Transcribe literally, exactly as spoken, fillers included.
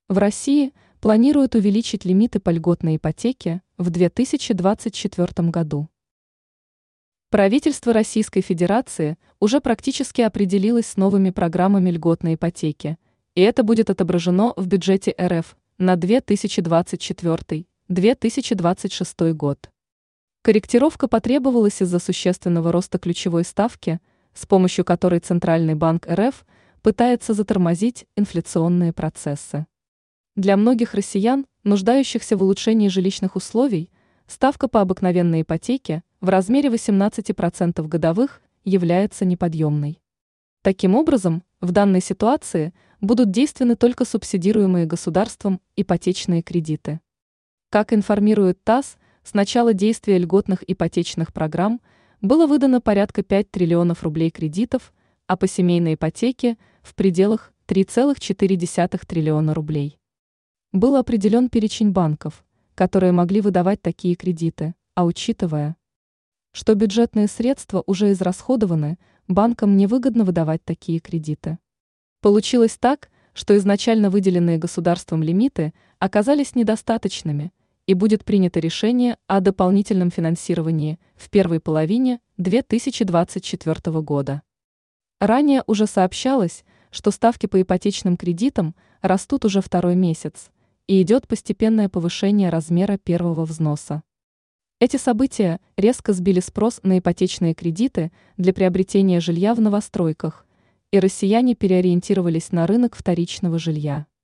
В России планируют увеличить лимиты по льготной ипотеке в две тысячи двадцать четвёртом году. Правительство Российской Федерации уже практически определилось с новыми программами льготной ипотеки, и это будет отображено в бюджете эр эф на две тысячи двадцать четвёртый — две тысячи двадцать шестой год. Корректировка потребовалась из-за существенного роста ключевой ставки, с помощью которой Центральный банк эр эф пытается затормозить инфляционные процессы. Для многих россиян, нуждающихся в улучшении жилищных условий, ставка по обыкновенной ипотеке в размере восемнадцать процентов годовых является неподъемной. Таким образом, в данной ситуации будут действенны только субсидируемые государством ипотечные кредиты. Как информирует ТАСС, с начала действия льготных ипотечных программ было выдано порядка пять триллионов рублей кредитов, а по семейной ипотеке в пределах три целых четыре десятых триллиона рублей. Был определен перечень банков, которые могли выдавать такие кредиты, а учитывая, что бюджетные средства уже израсходованы, банкам невыгодно выдавать такие кредиты. Получилось так, что изначально выделенные государством лимиты оказались недостаточными, и будет принято решение о дополнительном финансировании в первой половине две тысячи двадцать четвёртого года. Ранее уже сообщалось, что ставки по ипотечным кредитам растут уже второй месяц, и идет постепенное повышение размера первого взноса. Эти события резко сбили спрос на ипотечные кредиты для приобретения жилья в новостройках, и россияне переориентировались на рынок вторичного жилья.